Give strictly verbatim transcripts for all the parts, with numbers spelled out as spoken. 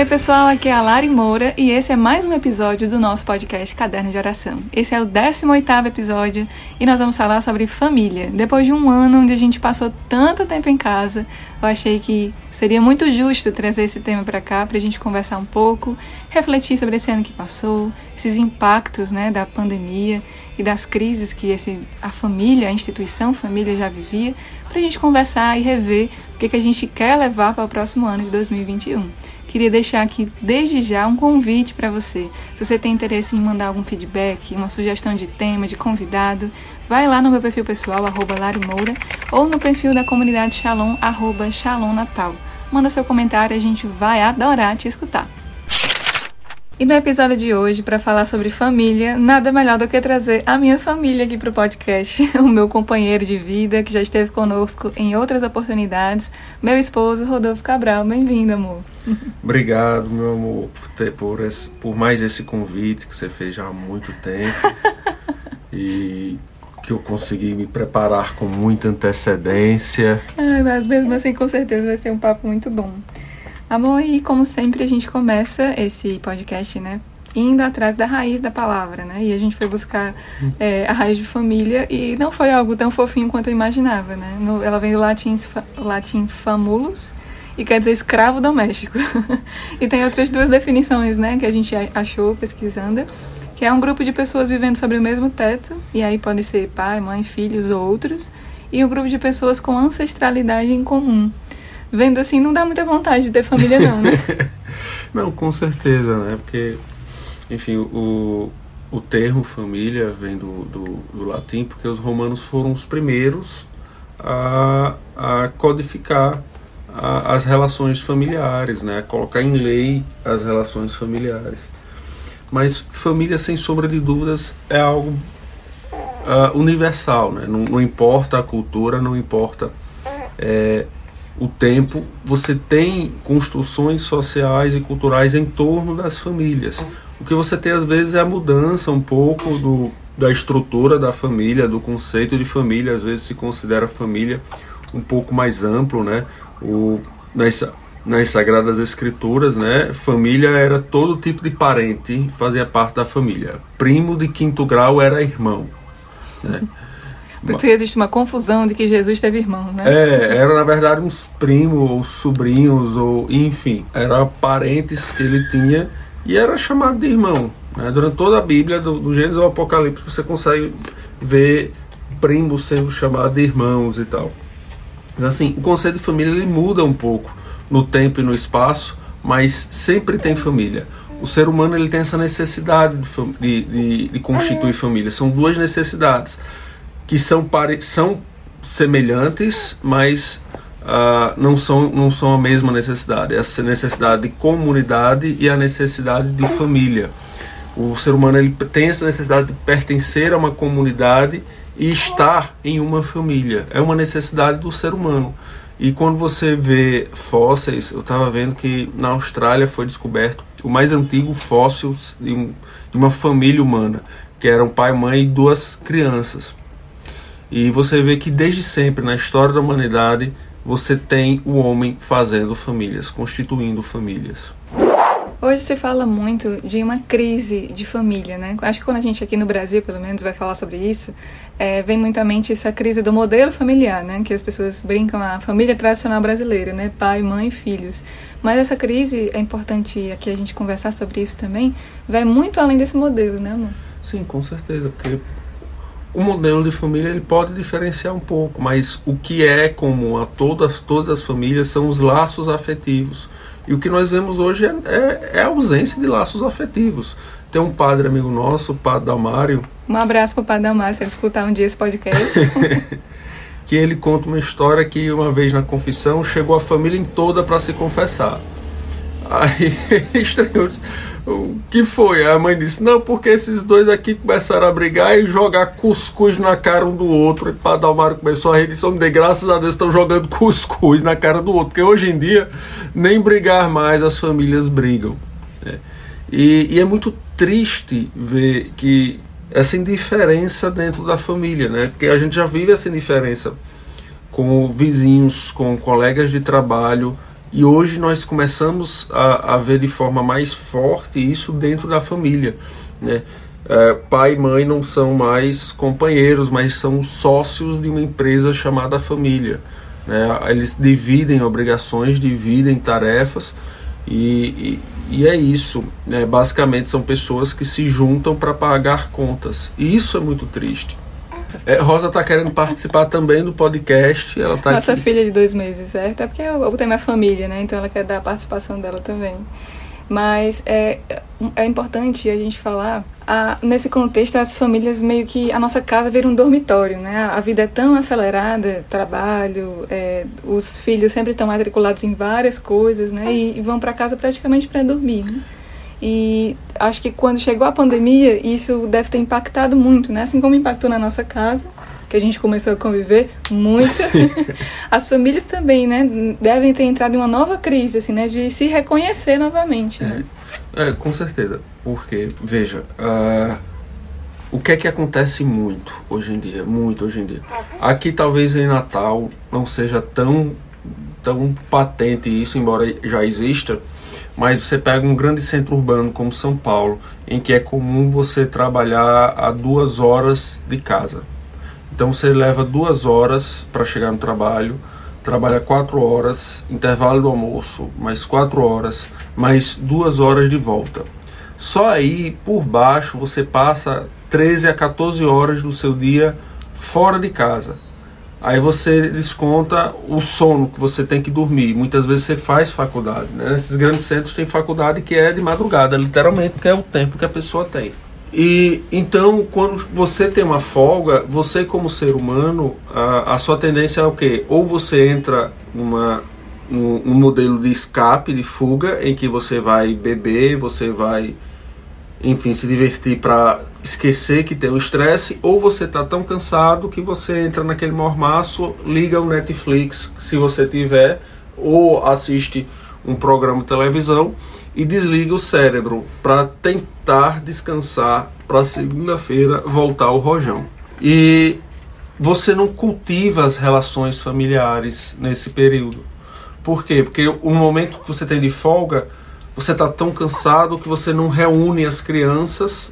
Oi pessoal, aqui é a Lari Moura e esse é mais um episódio do nosso podcast Caderno de Oração. Esse é o décimo oitavo episódio e nós vamos falar sobre família. Depois de um ano onde a gente passou tanto tempo em casa, eu achei que seria muito justo trazer esse tema para cá, para a gente conversar um pouco, refletir sobre esse ano que passou, esses impactos, né, da pandemia e das crises que esse, a família, a instituição família já vivia, para a gente conversar e rever o que, que a gente quer levar para o próximo ano de dois mil e vinte e um. Queria deixar aqui, desde já, um convite para você. Se você tem interesse em mandar algum feedback, uma sugestão de tema, de convidado, vai lá no meu perfil pessoal, arroba Lari Moura, ou no perfil da comunidade Shalom, arroba Shalom Natal. Manda seu comentário, a gente vai adorar te escutar. E no episódio de hoje, para falar sobre família, nada melhor do que trazer a minha família aqui para o podcast, o meu companheiro de vida, que já esteve conosco em outras oportunidades, meu esposo, Rodolfo Cabral. Bem-vindo, amor. Obrigado, meu amor, por, ter, por, esse, por mais esse convite que você fez já há muito tempo e que eu consegui me preparar com muita antecedência. Ai, mas mesmo assim, com certeza vai ser um papo muito bom. Amor, e como sempre a gente começa esse podcast, né, indo atrás da raiz da palavra, né, e a gente foi buscar é, a raiz de família e não foi algo tão fofinho quanto eu imaginava, né, no, ela vem do latim, latim famulus e quer dizer escravo doméstico, e tem outras duas definições, né, que a gente achou pesquisando, que é um grupo de pessoas vivendo sobre o mesmo teto, e aí pode ser pai, mãe, filhos ou outros, e um grupo de pessoas com ancestralidade em comum. Vendo assim, não dá muita vontade de ter família não, né? Não, com certeza, né? Porque, enfim, o, o termo família vem do, do, do latim, porque os romanos foram os primeiros a, a codificar a, as relações familiares, né? A colocar em lei as relações familiares. Mas família, sem sombra de dúvidas, é algo uh, universal, né? Não, não importa a cultura, não importa... É, o tempo, você tem construções sociais e culturais em torno das famílias. O que você tem às vezes é a mudança um pouco do, da estrutura da família, do conceito de família. Às vezes se considera família um pouco mais amplo, né? O, nas, nas Sagradas Escrituras, né? Família era todo tipo de parente, fazia parte da família. Primo de quinto grau era irmão, né? Por isso que existe uma confusão de que Jesus teve irmãos, né? É, era na verdade uns primos, ou sobrinhos, ou enfim, eram parentes que ele tinha e era chamado de irmão, né? Durante toda a Bíblia, do, do Gênesis ao Apocalipse, você consegue ver primos sendo chamados de irmãos e tal. Mas assim, o conceito de família ele muda um pouco no tempo e no espaço, mas sempre tem família. O ser humano ele tem essa necessidade de, de, de constituir família. São duas necessidades que são, pare... são semelhantes, mas uh, não, são, não são a mesma necessidade. Essa necessidade de comunidade e a necessidade de família. O ser humano ele tem essa necessidade de pertencer a uma comunidade e estar em uma família. É uma necessidade do ser humano. E quando você vê fósseis, eu estava vendo que na Austrália foi descoberto o mais antigo fóssil de, um, de uma família humana, que eram pai, mãe e duas crianças. E você vê que desde sempre na história da humanidade você tem o homem fazendo famílias, constituindo famílias. Hoje se fala muito de uma crise de família, né? Acho que quando a gente aqui no Brasil, pelo menos, vai falar sobre isso, é, vem muito à mente essa crise do modelo familiar, né? Que as pessoas brincam a família tradicional brasileira, né? Pai, mãe, filhos. Mas essa crise, é importante aqui a gente conversar sobre isso também, vai muito além desse modelo, né, amor? Sim, com certeza, porque o modelo de família ele pode diferenciar um pouco, mas o que é comum a todas, todas as famílias são os laços afetivos. E o que nós vemos hoje é, é, é a ausência de laços afetivos. Tem um padre amigo nosso, o padre Dalmário. Um abraço para o padre Dalmário, se ele escutar um dia esse podcast. Que ele conta uma história que uma vez na confissão chegou a família em toda para se confessar. Aí ele estranhou, disse, o que foi? Aí a mãe disse, não, porque esses dois aqui começaram a brigar e jogar cuscuz na cara um do outro. E o padre Dalmário começou a rir e disse, de graças a Deus estão jogando cuscuz na cara do outro, porque hoje em dia nem brigar mais as famílias brigam, né? E, e é muito triste ver que essa indiferença dentro da família, né? Porque a gente já vive essa indiferença com vizinhos, com colegas de trabalho. E hoje nós começamos a, a ver de forma mais forte isso dentro da família, né? É, pai e mãe não são mais companheiros, mas são sócios de uma empresa chamada família, né? Eles dividem obrigações, dividem tarefas e, e, e é isso, né? Basicamente são pessoas que se juntam para pagar contas, e isso é muito triste. É, Rosa está querendo participar também do podcast. Ela tá Nossa aqui. filha de dois meses, certo? É porque o tema é família, né? Então ela quer dar a participação dela também. Mas é, é importante a gente falar, a, nesse contexto, as famílias meio que, a nossa casa vira um dormitório, né? A vida é tão acelerada, trabalho, é, os filhos sempre estão matriculados em várias coisas, né? E, e vão para casa praticamente para dormir, né? E acho que quando chegou a pandemia, isso deve ter impactado muito, né? Assim como impactou na nossa casa, que a gente começou a conviver muito, as famílias também, né? Devem ter entrado em uma nova crise, assim, né? De se reconhecer novamente, né? É, é, com certeza. Porque, veja, uh, o que é que acontece muito hoje em dia? Muito hoje em dia. Aqui, talvez em Natal, não seja tão, tão patente isso, embora já exista. Mas você pega um grande centro urbano como São Paulo, em que é comum você trabalhar a duas horas de casa. Então você leva duas horas para chegar no trabalho, trabalha quatro horas, intervalo do almoço, mais quatro horas, mais duas horas de volta. Só aí, por baixo, você passa treze a quatorze horas do seu dia fora de casa. Aí você desconta o sono que você tem que dormir. Muitas vezes você faz faculdade, né? Nesses grandes centros tem faculdade que é de madrugada, literalmente, porque é o tempo que a pessoa tem. E então, quando você tem uma folga, você como ser humano, a, a sua tendência é o quê? Ou você entra numa, num, num modelo de escape, de fuga, em que você vai beber, você vai, enfim, se divertir para esquecer que tem o estresse, ou você está tão cansado que você entra naquele mormaço, liga o Netflix, se você tiver, ou assiste um programa de televisão e desliga o cérebro para tentar descansar para segunda-feira voltar ao rojão. E você não cultiva as relações familiares nesse período. Por quê? Porque o momento que você tem de folga, você está tão cansado que você não reúne as crianças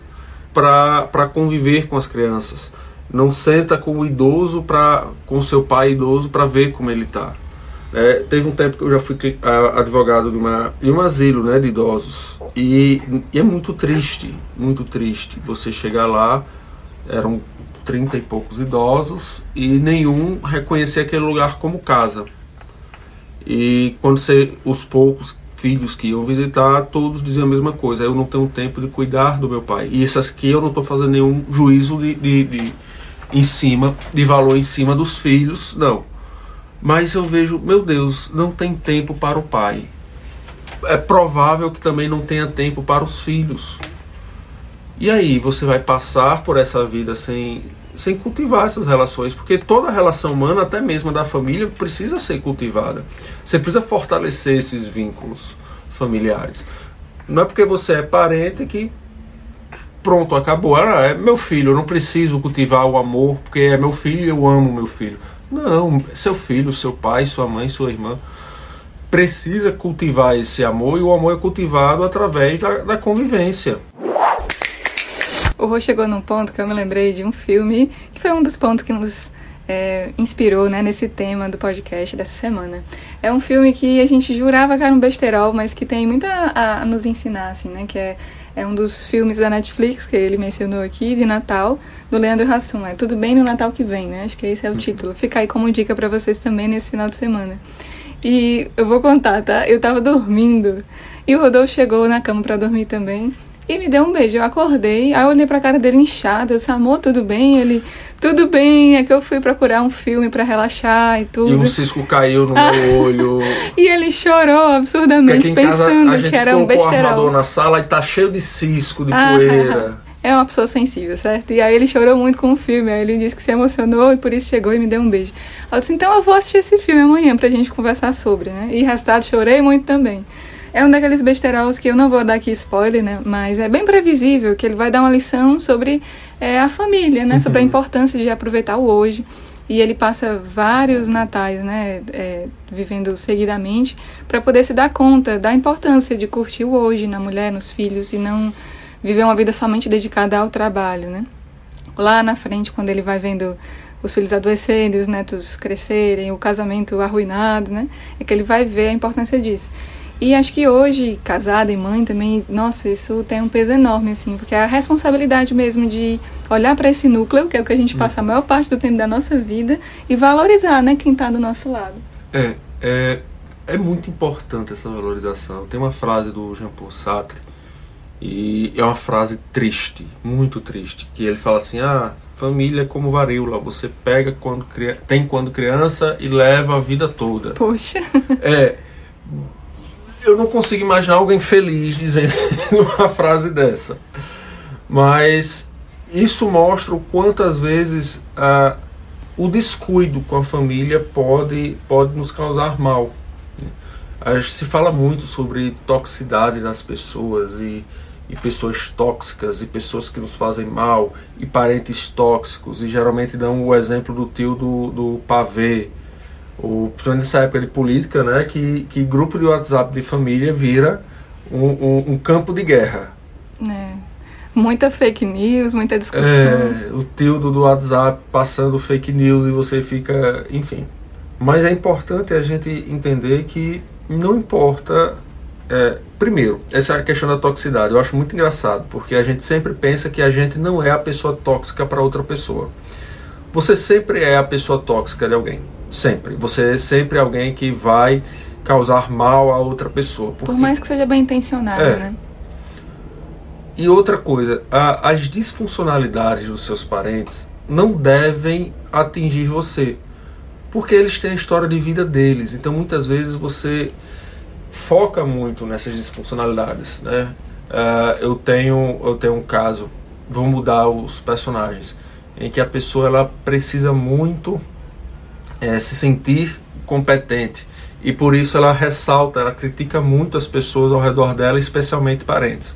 para conviver com as crianças. Não senta com o idoso, pra, com o seu pai idoso, para ver como ele está. É, teve um tempo que eu já fui uh, advogado de, uma, de um asilo, né, de idosos. E, e é muito triste, muito triste. Você chegar lá, eram trinta e poucos idosos, e nenhum reconhecia aquele lugar como casa. E quando você, os poucos filhos que iam visitar, todos diziam a mesma coisa: eu não tenho tempo de cuidar do meu pai. E isso aqui eu não estou fazendo nenhum juízo de, de, de, em cima, de valor em cima dos filhos, não. Mas eu vejo, meu Deus, não tem tempo para o pai. É provável que também não tenha tempo para os filhos. E aí você vai passar por essa vida sem, sem cultivar essas relações, porque toda relação humana, até mesmo da família, precisa ser cultivada. Você precisa fortalecer esses vínculos familiares. Não é porque você é parente que pronto, acabou. Ah, é meu filho, eu não preciso cultivar o amor, porque é meu filho e eu amo meu filho. Não, seu filho, seu pai, sua mãe, sua irmã precisa cultivar esse amor, e o amor é cultivado através da, da convivência. O Rô chegou num ponto que eu me lembrei de um filme, que foi um dos pontos que nos é, inspirou, né, nesse tema do podcast dessa semana. É um filme que a gente jurava que era um besterol, mas que tem muito a, a nos ensinar, assim, né, que é, é um dos filmes da Netflix, que ele mencionou aqui, de Natal, do Leandro Hassum. É Tudo Bem no Natal que Vem, né? Acho que esse é o título. Fica aí como dica pra vocês também nesse final de semana. E eu vou contar, tá? Eu tava dormindo e o Rodolfo chegou na cama pra dormir também e me deu um beijo. Eu acordei, aí eu olhei pra cara dele inchada. Eu disse: amor, tudo bem? Ele: tudo bem, é que eu fui procurar um filme pra relaxar e tudo. E um cisco caiu no meu olho. E ele chorou absurdamente, pensando casa, que era um besterol. A gente colocou o armador na sala e tá cheio de cisco, de ah, poeira. É uma pessoa sensível, certo? E aí ele chorou muito com o filme. Aí ele disse que se emocionou e por isso chegou e me deu um beijo. Eu disse: então eu vou assistir esse filme amanhã pra gente conversar sobre, né? E resultado, chorei muito também. É um daqueles besterols que eu não vou dar aqui spoiler, né? Mas é bem previsível que ele vai dar uma lição sobre é, a família, né? Uhum. Sobre a importância de aproveitar o hoje. e ele passa vários natais, né, é, vivendo seguidamente, para poder se dar conta da importância de curtir o hoje na mulher, nos filhos, e não viver uma vida somente dedicada ao trabalho, né. Lá na frente, quando ele vai vendo os filhos adoecerem, os netos crescerem, o casamento arruinado, né, é que ele vai ver a importância disso. E acho que hoje, casada e mãe também, nossa, isso tem um peso enorme, assim, porque é a responsabilidade mesmo de olhar para esse núcleo, que é o que a gente passa a maior parte do tempo da nossa vida, e valorizar, né, quem está do nosso lado. É, é, é muito importante essa valorização. Tem uma frase do Jean-Paul Sartre, e é uma frase triste, muito triste, que ele fala assim, ah, família é como varíola, você pega quando tem quando criança e leva a vida toda. Poxa. É... Eu não consigo imaginar alguém feliz dizendo uma frase dessa. Mas isso mostra o quantas vezes uh, o descuido com a família pode, pode nos causar mal. Uh, se fala muito sobre toxicidade das pessoas e, e pessoas tóxicas e pessoas que nos fazem mal e parentes tóxicos, e geralmente dão o exemplo do tio do, do pavê. O, principalmente nessa época de política, né, que, que grupo de WhatsApp de família vira um, um, um campo de guerra. É. Muita fake news, muita discussão. É, o tio do, do WhatsApp passando fake news e você fica... Enfim. Mas é importante a gente entender que não importa... É, primeiro, essa questão da toxicidade. Eu acho muito engraçado, porque a gente sempre pensa que a gente não é a pessoa tóxica para outra pessoa. Você sempre é a pessoa tóxica de alguém. Sempre. Você é sempre alguém que vai causar mal a outra pessoa. Porque... Por mais que seja bem intencionado, é. né? E outra coisa, a, as disfuncionalidades dos seus parentes não devem atingir você. Porque eles têm a história de vida deles. Então, muitas vezes, você foca muito nessas disfuncionalidades, né? Uh, eu, tenho, eu tenho um caso, vou mudar os personagens, em que a pessoa ela precisa muito... É, se sentir competente, e por isso ela ressalta, ela critica muito as pessoas ao redor dela, especialmente parentes.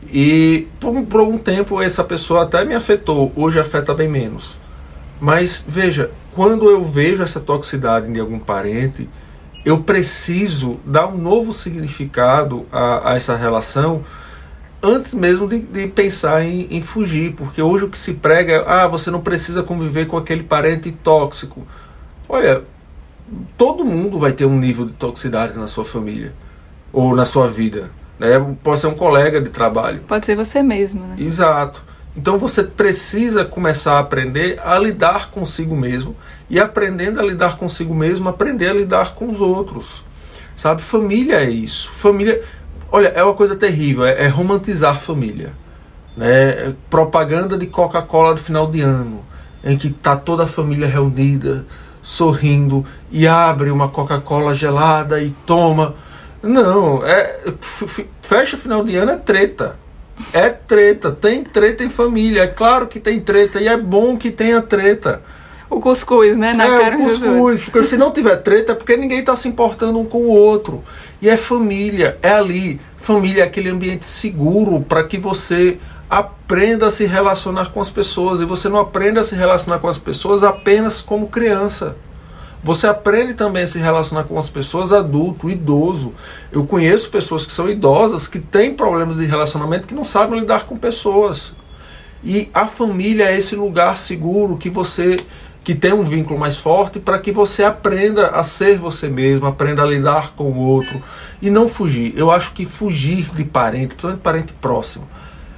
E por, por algum tempo essa pessoa até me afetou, hoje afeta bem menos. Mas veja, quando eu vejo essa toxicidade de algum parente, eu preciso dar um novo significado a, a essa relação, antes mesmo de, de pensar em, em fugir, porque hoje o que se prega é, ah, você não precisa conviver com aquele parente tóxico. Olha, todo mundo vai ter um nível de toxicidade na sua família ou na sua vida, né? Pode ser um colega de trabalho. Pode ser você mesmo, né? Exato. Então você precisa começar a aprender a lidar consigo mesmo, e aprendendo a lidar consigo mesmo, aprender a lidar com os outros. Sabe? Família é isso. Família, olha, é uma coisa terrível, é, é romantizar família, né? É propaganda de Coca-Cola do final de ano, em que está toda a família reunida, sorrindo, e abre uma Coca-Cola gelada e toma. Não, é, fecha final de ano é treta. É treta, tem treta em família. É claro que tem treta, e é bom que tenha treta. O cuscuz, né? Na é, cara o cuscuz, porque se não tiver treta é porque ninguém está se importando um com o outro. E é família, é ali. Família é aquele ambiente seguro para que você aprenda a se relacionar com as pessoas. E você não aprende a se relacionar com as pessoas apenas como criança. Você aprende também a se relacionar com as pessoas adulto, idoso. Eu conheço pessoas que são idosas, que têm problemas de relacionamento, que não sabem lidar com pessoas. E a família é esse lugar seguro que você, que tem um vínculo mais forte, para que você aprenda a ser você mesmo, aprenda a lidar com o outro e não fugir. Eu acho que fugir de parente, principalmente parente próximo,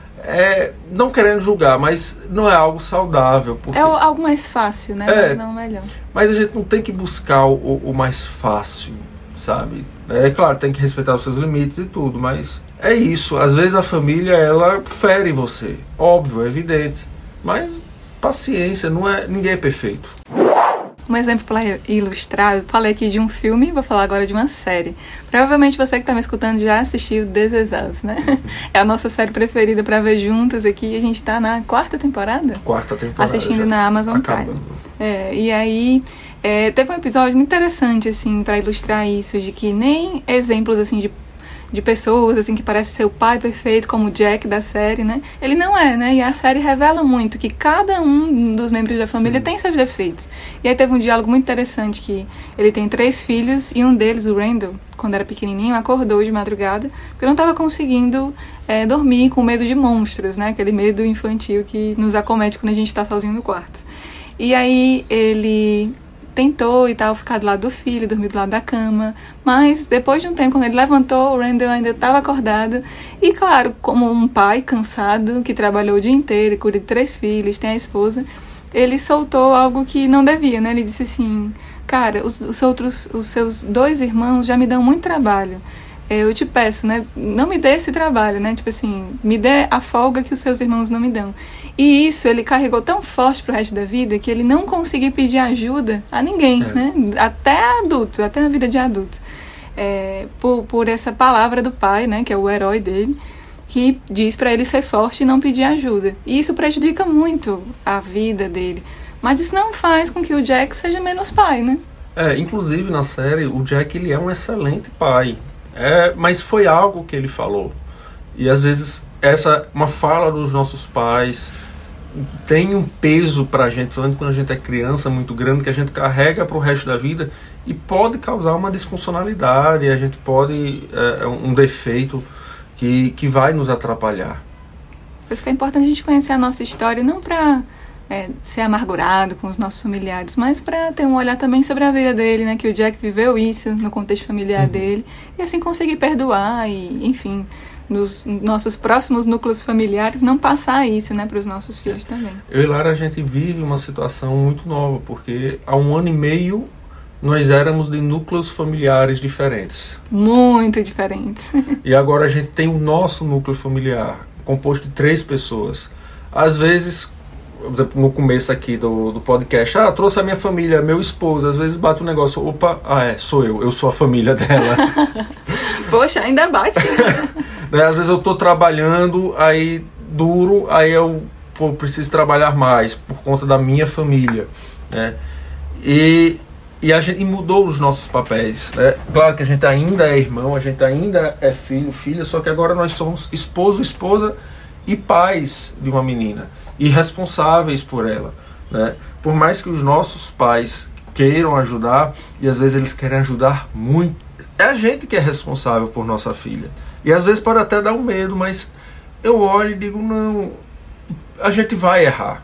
é, não querendo julgar, mas não é algo saudável. Porque... É algo mais fácil, né? É, mas não melhor. Mas a gente não tem que buscar o, o mais fácil, sabe? É claro, tem que respeitar os seus limites e tudo, mas é isso. Às vezes a família, ela fere você. Óbvio, é evidente. Mas paciência, não é, ninguém é perfeito. Um exemplo para ilustrar, eu falei aqui de um filme, vou falar agora de uma série. Provavelmente você que está me escutando já assistiu This Is Us, né? É a nossa série preferida para ver juntos aqui. A gente está na quarta temporada? Quarta temporada. Assistindo na Amazon Prime. É, e aí, é, teve um episódio muito interessante, assim, para ilustrar isso, de que nem exemplos, assim, de de pessoas, assim, que parece ser o pai perfeito, como o Jack da série, né? Ele não é, né? E a série revela muito que cada um dos membros da família Sim. tem seus defeitos. E aí teve um diálogo muito interessante que ele tem três filhos e um deles, o Randall, quando era pequenininho, acordou de madrugada porque não estava conseguindo é, dormir com medo de monstros, né? Aquele medo infantil que nos acomete quando a gente está sozinho no quarto. E aí ele tentou e tal, ficar do lado do filho, dormir do lado da cama, mas depois de um tempo, quando ele levantou, o Randall ainda estava acordado, e claro, como um pai cansado, que trabalhou o dia inteiro, cuida de três filhos, tem a esposa, ele soltou algo que não devia, né? Ele disse assim, cara, os, os, outros, os seus dois irmãos já me dão muito trabalho, eu te peço, né, não me dê esse trabalho, né, tipo assim, me dê a folga que os seus irmãos não me dão. E isso ele carregou tão forte pro resto da vida que ele não conseguia pedir ajuda a ninguém, é. né, até adulto, até na vida de adulto, é, por, por essa palavra do pai, né, que é o herói dele, que diz pra ele ser forte e não pedir ajuda. E isso prejudica muito a vida dele, mas isso não faz com que o Jack seja menos pai, né. É, inclusive na série, o Jack ele é um excelente pai. É, mas foi algo que ele falou. E às vezes essa uma fala dos nossos pais tem um peso pra gente, falando quando a gente é criança, muito grande, que a gente carrega pro resto da vida e pode causar uma disfuncionalidade, a gente pode, é, um defeito que, que vai nos atrapalhar. Por isso que é importante a gente conhecer a nossa história, não pra é, ser amargurado com os nossos familiares, mas para ter um olhar também sobre a vida dele, né? Que o Jack viveu isso no contexto familiar uhum. dele, e assim conseguir perdoar e, enfim, nos nossos próximos núcleos familiares não passar isso, né, para os nossos filhos também. Eu e Lara, a gente vive uma situação muito nova, porque há um ano e meio nós éramos de núcleos familiares diferentes. Muito diferentes. E agora a gente tem o nosso núcleo familiar, composto de três pessoas. Às vezes, no começo aqui do, do podcast, ah, trouxe a minha família, meu esposo, às vezes bate um negócio, opa, ah é, sou eu, eu sou a família dela. Poxa, ainda bate. Né, às vezes eu tô trabalhando, aí duro, aí eu pô, preciso trabalhar mais, por conta da minha família, né, e, e a gente e mudou os nossos papéis, né, claro que a gente ainda é irmão, a gente ainda é filho, filha, só que agora nós somos esposo, esposa e pais de uma menina, e responsáveis por ela, né? Por mais que os nossos pais queiram ajudar, e às vezes eles querem ajudar muito, é a gente que é responsável por nossa filha. E às vezes pode até dar um medo, mas eu olho e digo, não, a gente vai errar.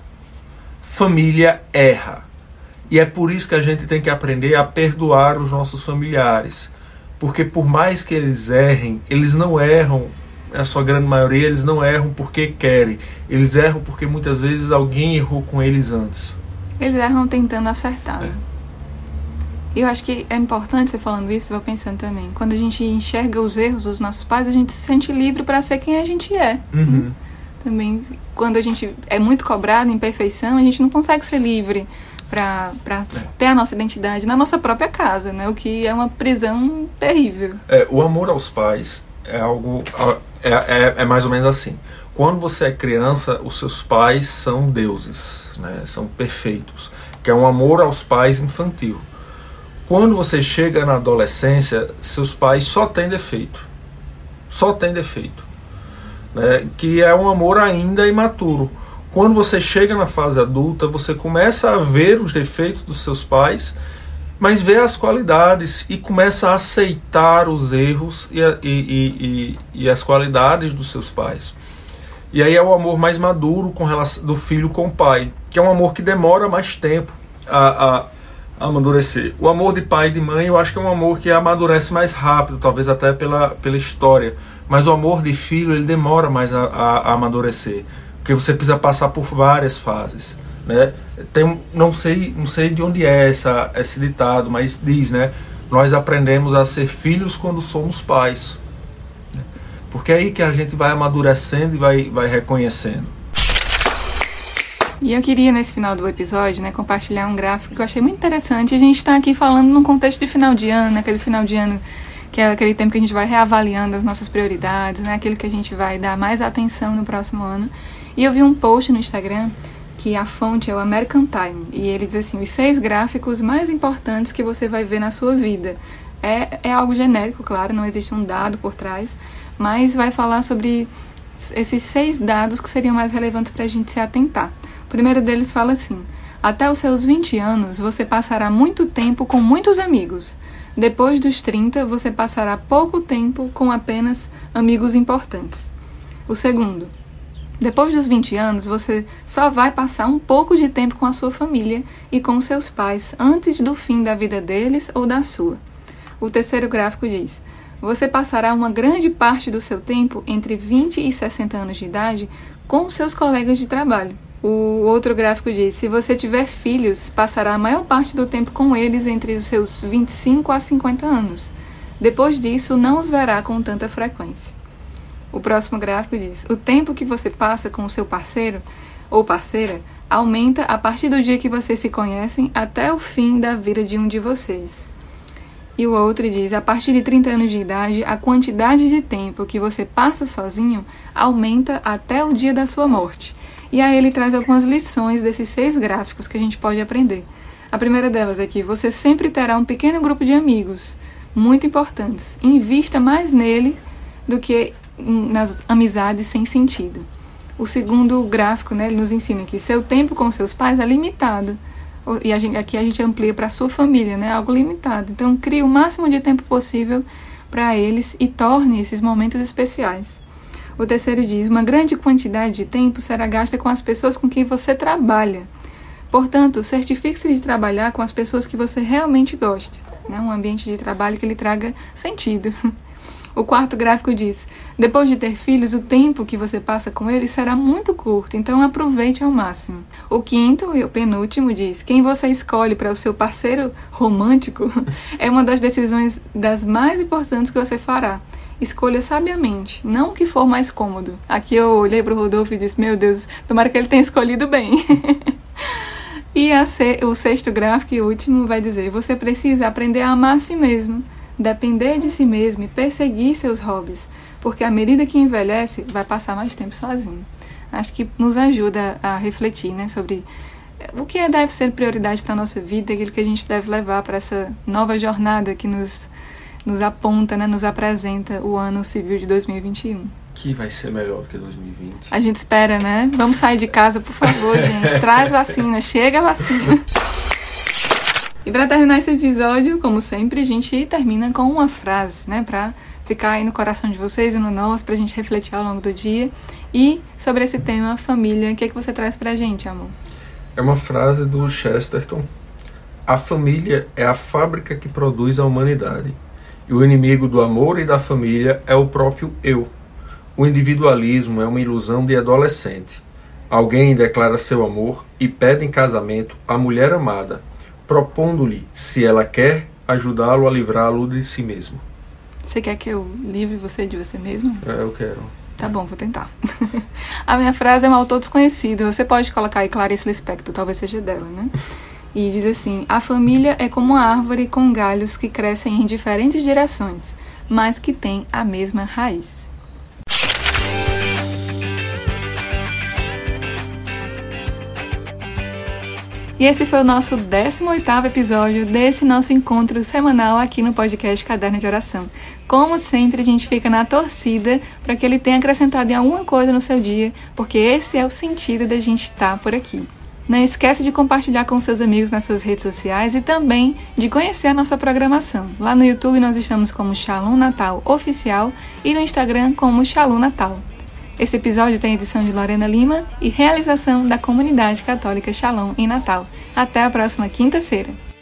Família erra. E é por isso que a gente tem que aprender a perdoar os nossos familiares. Porque por mais que eles errem, eles não erram, a sua grande maioria, eles não erram porque querem. Eles erram porque muitas vezes alguém errou com eles antes. Eles erram tentando acertar. É. E eu acho que é importante você falando isso, eu vou pensando também. Quando a gente enxerga os erros dos nossos pais, a gente se sente livre para ser quem a gente é. Uhum. Né? Também, quando a gente é muito cobrado em perfeição, a gente não consegue ser livre para é. ter a nossa identidade na nossa própria casa, né? O que é uma prisão terrível. É, o amor aos pais é algo... É, é, é mais ou menos assim. Quando você é criança, os seus pais são deuses, né? São perfeitos. Que é um amor aos pais infantil. Quando você chega na adolescência, seus pais só têm defeito. Só tem defeito. Né? Que é um amor ainda imaturo. Quando você chega na fase adulta, você começa a ver os defeitos dos seus pais, mas vê as qualidades e começa a aceitar os erros e, a, e, e, e, e as qualidades dos seus pais. E aí é o amor mais maduro com relação, do filho com o pai, que é um amor que demora mais tempo a, a, a amadurecer. O amor de pai e de mãe eu acho que é um amor que amadurece mais rápido, talvez até pela, pela história, mas o amor de filho ele demora mais a, a, a amadurecer, porque você precisa passar por várias fases. Né? Tem, não sei, não sei de onde é essa, esse ditado, mas diz, né? Nós aprendemos a ser filhos quando somos pais, né? Porque é aí que a gente vai amadurecendo e vai, vai reconhecendo. E eu queria nesse final do episódio, né, compartilhar um gráfico que eu achei muito interessante. A gente está aqui falando num contexto de final de ano, aquele final de ano que é aquele tempo que a gente vai reavaliando as nossas prioridades, né? Aquilo que a gente vai dar mais atenção no próximo ano. E eu vi um post no Instagram que a fonte é o American Time, e ele diz assim, os seis gráficos mais importantes que você vai ver na sua vida É, é algo genérico, claro, não existe um dado por trás, mas vai falar sobre esses seis dados que seriam mais relevantes para a gente se atentar. O primeiro deles fala assim: até os seus vinte anos, você passará muito tempo com muitos amigos. Depois dos trinta, você passará pouco tempo com apenas amigos importantes. O segundo: depois dos vinte anos, você só vai passar um pouco de tempo com a sua família e com seus pais antes do fim da vida deles ou da sua. O terceiro gráfico diz: você passará uma grande parte do seu tempo entre vinte e sessenta anos de idade com seus colegas de trabalho. O outro gráfico diz: se você tiver filhos, passará a maior parte do tempo com eles entre os seus vinte e cinco a cinquenta anos. Depois disso, não os verá com tanta frequência. O próximo gráfico diz: o tempo que você passa com o seu parceiro ou parceira aumenta a partir do dia que vocês se conhecem até o fim da vida de um de vocês. E o outro diz: a partir de trinta anos de idade, a quantidade de tempo que você passa sozinho aumenta até o dia da sua morte. E aí ele traz algumas lições desses seis gráficos que a gente pode aprender. A primeira delas é que você sempre terá um pequeno grupo de amigos muito importantes. Invista mais nele do que nas amizades sem sentido. O segundo gráfico, né, ele nos ensina que seu tempo com seus pais é limitado. E a gente, aqui a gente amplia para a sua família, né, algo limitado. Então, crie o máximo de tempo possível para eles e torne esses momentos especiais. O terceiro diz: uma grande quantidade de tempo será gasta com as pessoas com quem você trabalha. Portanto, certifique-se de trabalhar com as pessoas que você realmente goste, né? Um ambiente de trabalho que lhe traga sentido. O quarto gráfico diz: depois de ter filhos, o tempo que você passa com eles será muito curto, então aproveite ao máximo. O quinto e o penúltimo diz: quem você escolhe para o seu parceiro romântico é uma das decisões das mais importantes que você fará. Escolha sabiamente, não o que for mais cômodo. Aqui eu olhei para o Rodolfo e disse: meu Deus, tomara que ele tenha escolhido bem. E a se, o sexto gráfico e último vai dizer: você precisa aprender a amar a si mesmo, depender de si mesmo e perseguir seus hobbies, porque à medida que envelhece, vai passar mais tempo sozinho. Acho que nos ajuda a refletir, né, sobre o que deve ser prioridade para a nossa vida, aquilo que a gente deve levar para essa nova jornada que nos, nos aponta, né, nos apresenta o ano civil de dois mil e vinte e um. Que vai ser melhor que dois mil e vinte. A gente espera, né? Vamos sair de casa, por favor, gente. Traz vacina, chega a vacina. E para terminar esse episódio, como sempre, a gente termina com uma frase, né? Para ficar aí no coração de vocês e no nosso, pra gente refletir ao longo do dia. E sobre esse tema, família, o que é que você traz pra gente, amor? É uma frase do Chesterton: a família é a fábrica que produz a humanidade. E o inimigo do amor e da família é o próprio eu. O individualismo é uma ilusão de adolescente. Alguém declara seu amor e pede em casamento a mulher amada, propondo-lhe, se ela quer, ajudá-lo a livrá-lo de si mesmo. Você quer que eu livre você de você mesmo? É, eu quero. Tá bom, vou tentar. A minha frase é um autor desconhecido. Você pode colocar aí Clarice Lispector, talvez seja dela, né? E diz assim: a família é como uma árvore com galhos que crescem em diferentes direções, mas que têm a mesma raiz. E esse foi o nosso décimo oitavo episódio desse nosso encontro semanal aqui no podcast Caderno de Oração. Como sempre, a gente fica na torcida para que ele tenha acrescentado em alguma coisa no seu dia, porque esse é o sentido da gente estar por aqui. Não esquece de compartilhar com seus amigos nas suas redes sociais e também de conhecer a nossa programação. Lá no YouTube nós estamos como Shalom Natal Oficial e no Instagram como Shalom Natal. Esse episódio tem edição de Lorena Lima e realização da Comunidade Católica Shalom em Natal. Até a próxima quinta-feira.